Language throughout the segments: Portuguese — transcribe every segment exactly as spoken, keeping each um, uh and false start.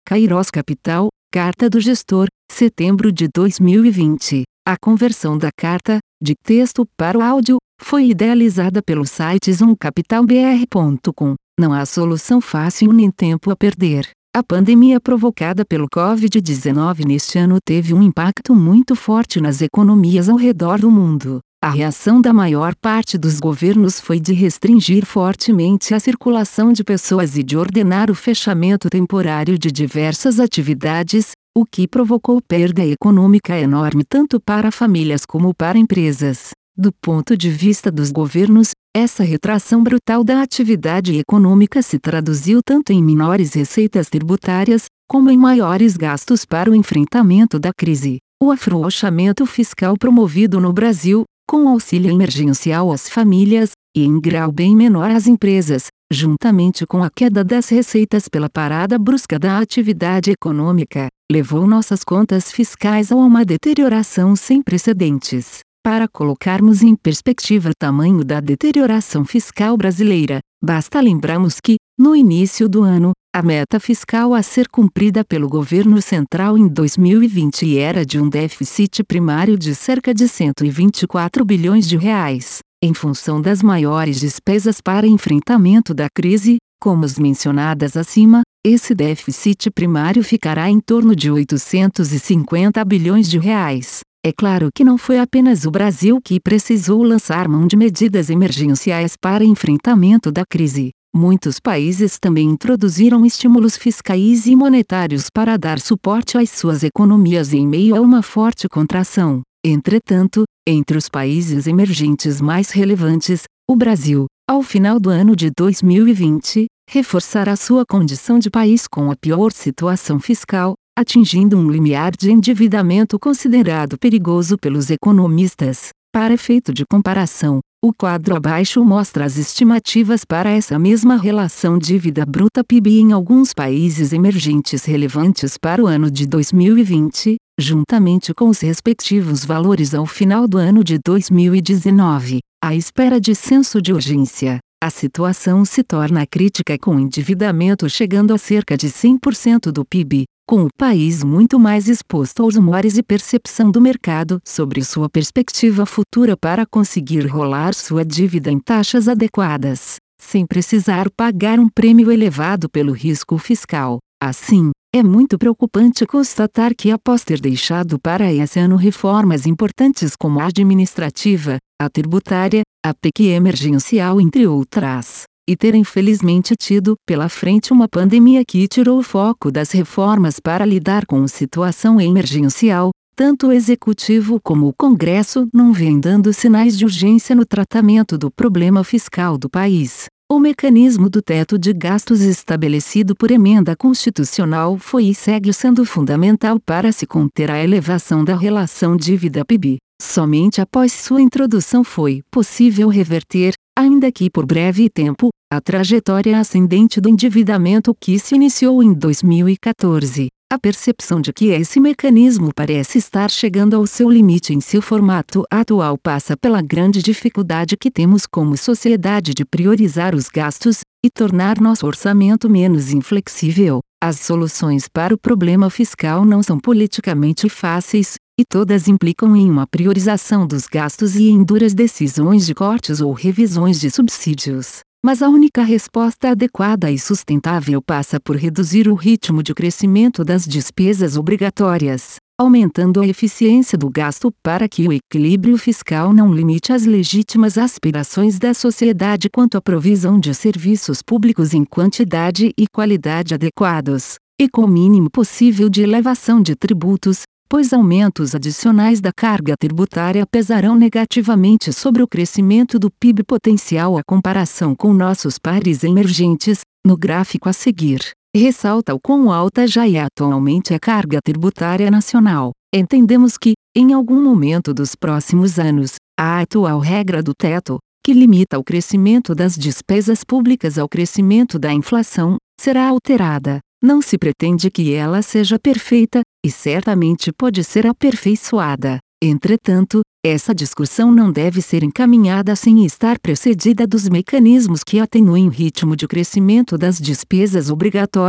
Kairos Capital, Carta do Gestor, setembro de dois mil e vinte. A conversão da carta, de texto para o áudio, foi idealizada pelo site zoom capital b r ponto com. Não há solução fácil nem tempo a perder. A pandemia provocada pelo covid dezenove neste ano teve um impacto muito forte nas economias ao redor do mundo. A reação da maior parte dos governos foi de restringir fortemente a circulação de pessoas e de ordenar o fechamento temporário de diversas atividades, o que provocou perda econômica enorme tanto para famílias como para empresas. Do ponto de vista dos governos, essa retração brutal da atividade econômica se traduziu tanto em menores receitas tributárias, como em maiores gastos para o enfrentamento da crise. O afrouxamento fiscal promovido no Brasil, com auxílio emergencial às famílias, e em grau bem menor às empresas, juntamente com a queda das receitas pela parada brusca da atividade econômica, levou nossas contas fiscais a uma deterioração sem precedentes. Para colocarmos em perspectiva o tamanho da deterioração fiscal brasileira, basta lembrarmos que, no início do ano, a meta fiscal a ser cumprida pelo governo central em dois mil e vinte era de um déficit primário de cerca de cento e vinte e quatro bilhões de reais. Em função das maiores despesas para enfrentamento da crise, como as mencionadas acima, esse déficit primário ficará em torno de oitocentos e cinquenta bilhões de reais. É claro que não foi apenas o Brasil que precisou lançar mão de medidas emergenciais para enfrentamento da crise. Muitos países também introduziram estímulos fiscais e monetários para dar suporte às suas economias em meio a uma forte contração. Entretanto, entre os países emergentes mais relevantes, o Brasil, ao final do ano de dois mil e vinte, reforçará sua condição de país com a pior situação fiscal, atingindo um limiar de endividamento considerado perigoso pelos economistas. Para efeito de comparação, o quadro abaixo mostra as estimativas para essa mesma relação dívida bruta P I B em alguns países emergentes relevantes para o ano de dois mil e vinte, juntamente com os respectivos valores ao final do ano de dois mil e dezenove. À espera de senso de urgência, a situação se torna crítica com o endividamento chegando a cerca de cem por cento do P I B. Com o país muito mais exposto aos humores e percepção do mercado sobre sua perspectiva futura para conseguir rolar sua dívida em taxas adequadas, sem precisar pagar um prêmio elevado pelo risco fiscal. Assim, é muito preocupante constatar que após ter deixado para esse ano reformas importantes como a administrativa, a tributária, a P E C emergencial entre outras, e ter infelizmente tido pela frente uma pandemia que tirou o foco das reformas para lidar com a situação emergencial, tanto o Executivo como o Congresso não vêm dando sinais de urgência no tratamento do problema fiscal do país. O mecanismo do teto de gastos estabelecido por emenda constitucional foi e segue sendo fundamental para se conter a elevação da relação dívida-P I B. Somente após sua introdução foi possível reverter, ainda que por breve tempo, a trajetória ascendente do endividamento que se iniciou em dois mil e quatorze. A percepção de que esse mecanismo parece estar chegando ao seu limite em seu formato atual passa pela grande dificuldade que temos como sociedade de priorizar os gastos e tornar nosso orçamento menos inflexível. As soluções para o problema fiscal não são politicamente fáceis, e todas implicam em uma priorização dos gastos e em duras decisões de cortes ou revisões de subsídios. Mas a única resposta adequada e sustentável passa por reduzir o ritmo de crescimento das despesas obrigatórias, aumentando a eficiência do gasto para que o equilíbrio fiscal não limite as legítimas aspirações da sociedade quanto à provisão de serviços públicos em quantidade e qualidade adequados, e com o mínimo possível de elevação de tributos, pois aumentos adicionais da carga tributária pesarão negativamente sobre o crescimento do P I B potencial à comparação com nossos pares emergentes. No gráfico a seguir, ressalta o quão alta já é atualmente a carga tributária nacional. Entendemos que, em algum momento dos próximos anos, a atual regra do teto, que limita o crescimento das despesas públicas ao crescimento da inflação, será alterada. Não se pretende que ela seja perfeita, e certamente pode ser aperfeiçoada. Entretanto, essa discussão não deve ser encaminhada sem estar precedida dos mecanismos que atenuem o ritmo de crescimento das despesas obrigatórias,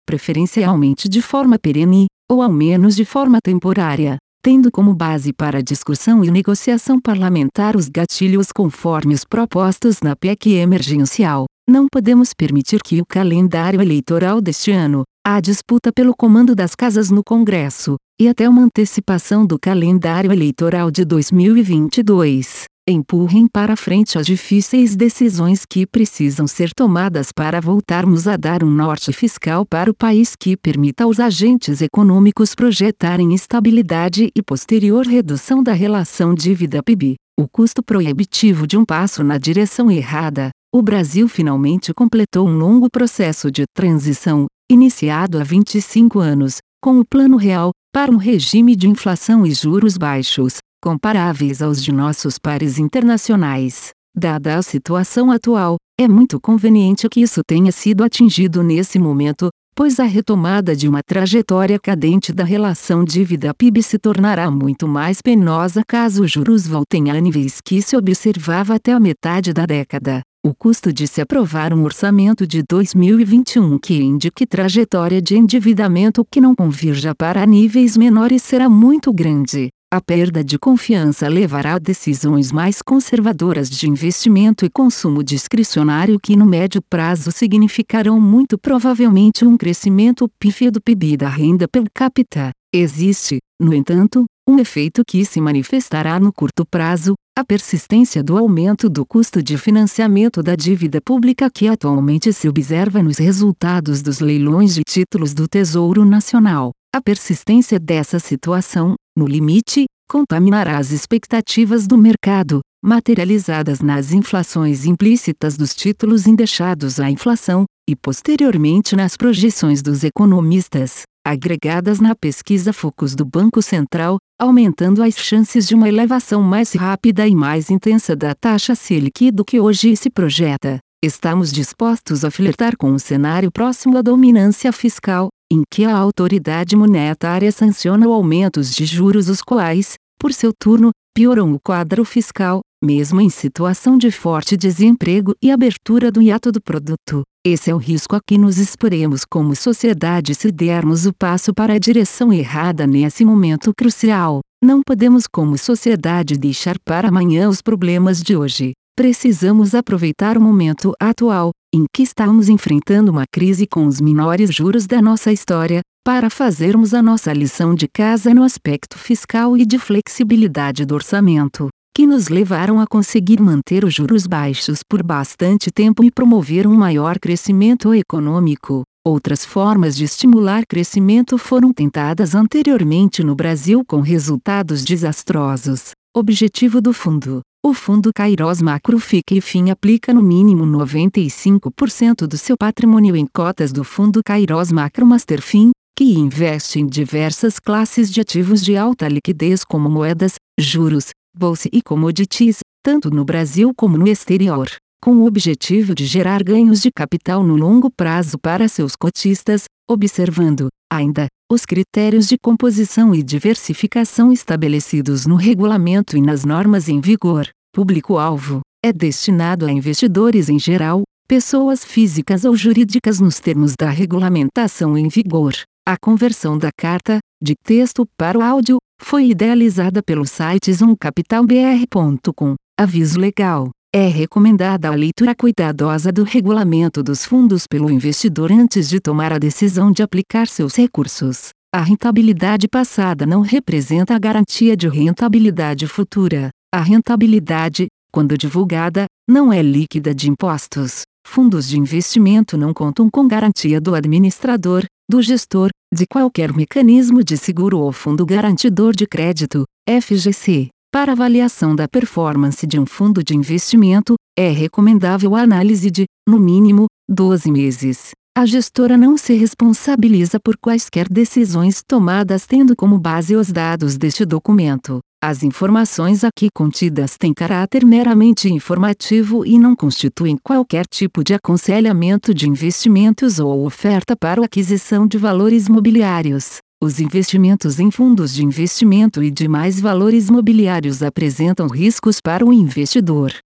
preferencialmente de forma perene, ou ao menos de forma temporária, tendo como base para discussão e negociação parlamentar os gatilhos conforme os propostos na P E C emergencial. Não podemos permitir que o calendário eleitoral deste ano, a disputa pelo comando das casas no Congresso, e até uma antecipação do calendário eleitoral de dois mil e vinte e dois, empurrem para frente as difíceis decisões que precisam ser tomadas para voltarmos a dar um norte fiscal para o país que permita aos agentes econômicos projetarem estabilidade e posterior redução da relação dívida-P I B. O custo proibitivo de um passo na direção errada. O Brasil finalmente completou um longo processo de transição, iniciado há vinte e cinco anos, com o Plano Real, para um regime de inflação e juros baixos, comparáveis aos de nossos pares internacionais. Dada a situação atual, é muito conveniente que isso tenha sido atingido nesse momento, pois a retomada de uma trajetória cadente da relação dívida-P I B se tornará muito mais penosa caso os juros voltem a níveis que se observava até a metade da década. O custo de se aprovar um orçamento de dois mil e vinte e um que indique trajetória de endividamento que não convirja para níveis menores será muito grande. A perda de confiança levará a decisões mais conservadoras de investimento e consumo discricionário que no médio prazo significarão muito provavelmente um crescimento pífio do P I B e da renda per capita. Existe, no entanto, um efeito que se manifestará no curto prazo, a persistência do aumento do custo de financiamento da dívida pública que atualmente se observa nos resultados dos leilões de títulos do Tesouro Nacional. A persistência dessa situação, no limite, contaminará as expectativas do mercado, materializadas nas inflações implícitas dos títulos indexados à inflação, e posteriormente nas projeções dos economistas, agregadas na pesquisa Focus do Banco Central, aumentando as chances de uma elevação mais rápida e mais intensa da taxa Selic do que hoje se projeta. Estamos dispostos a flertar com um cenário próximo à dominância fiscal, em que a autoridade monetária sanciona aumentos de juros os quais, por seu turno, pioram o quadro fiscal, mesmo em situação de forte desemprego e abertura do hiato do produto. Esse é o risco a que nos exporemos como sociedade se dermos o passo para a direção errada nesse momento crucial. Não podemos como sociedade deixar para amanhã os problemas de hoje. Precisamos aproveitar o momento atual, em que estamos enfrentando uma crise com os menores juros da nossa história, para fazermos a nossa lição de casa no aspecto fiscal e de flexibilidade do orçamento, que nos levaram a conseguir manter os juros baixos por bastante tempo e promover um maior crescimento econômico. Outras formas de estimular crescimento foram tentadas anteriormente no Brasil com resultados desastrosos. Objetivo do fundo. O Fundo Kairos Macro fica e fim aplica no mínimo noventa e cinco por cento do seu patrimônio em cotas do Fundo Kairos Macro Master Fin, que investe em diversas classes de ativos de alta liquidez como moedas, juros, bolsa e commodities, tanto no Brasil como no exterior, com o objetivo de gerar ganhos de capital no longo prazo para seus cotistas, observando, ainda, os critérios de composição e diversificação estabelecidos no regulamento e nas normas em vigor. Público-alvo é destinado a investidores em geral, pessoas físicas ou jurídicas nos termos da regulamentação em vigor. A conversão da carta, de texto para o áudio, foi idealizada pelo site zoom capital b r ponto com. Aviso legal. É recomendada a leitura cuidadosa do regulamento dos fundos pelo investidor antes de tomar a decisão de aplicar seus recursos. A rentabilidade passada não representa a garantia de rentabilidade futura. A rentabilidade, quando divulgada, não é líquida de impostos. Fundos de investimento não contam com garantia do administrador, do gestor, de qualquer mecanismo de seguro ou fundo garantidor de crédito, F G C. Para avaliação da performance de um fundo de investimento, é recomendável a análise de, no mínimo, doze meses. A gestora não se responsabiliza por quaisquer decisões tomadas tendo como base os dados deste documento. As informações aqui contidas têm caráter meramente informativo e não constituem qualquer tipo de aconselhamento de investimentos ou oferta para a aquisição de valores mobiliários. Os investimentos em fundos de investimento e demais valores mobiliários apresentam riscos para o investidor.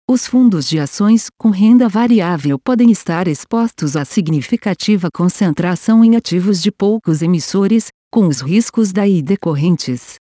Os fundos de ações com renda variável podem estar expostos a significativa concentração em ativos de poucos emissores, com os riscos daí decorrentes.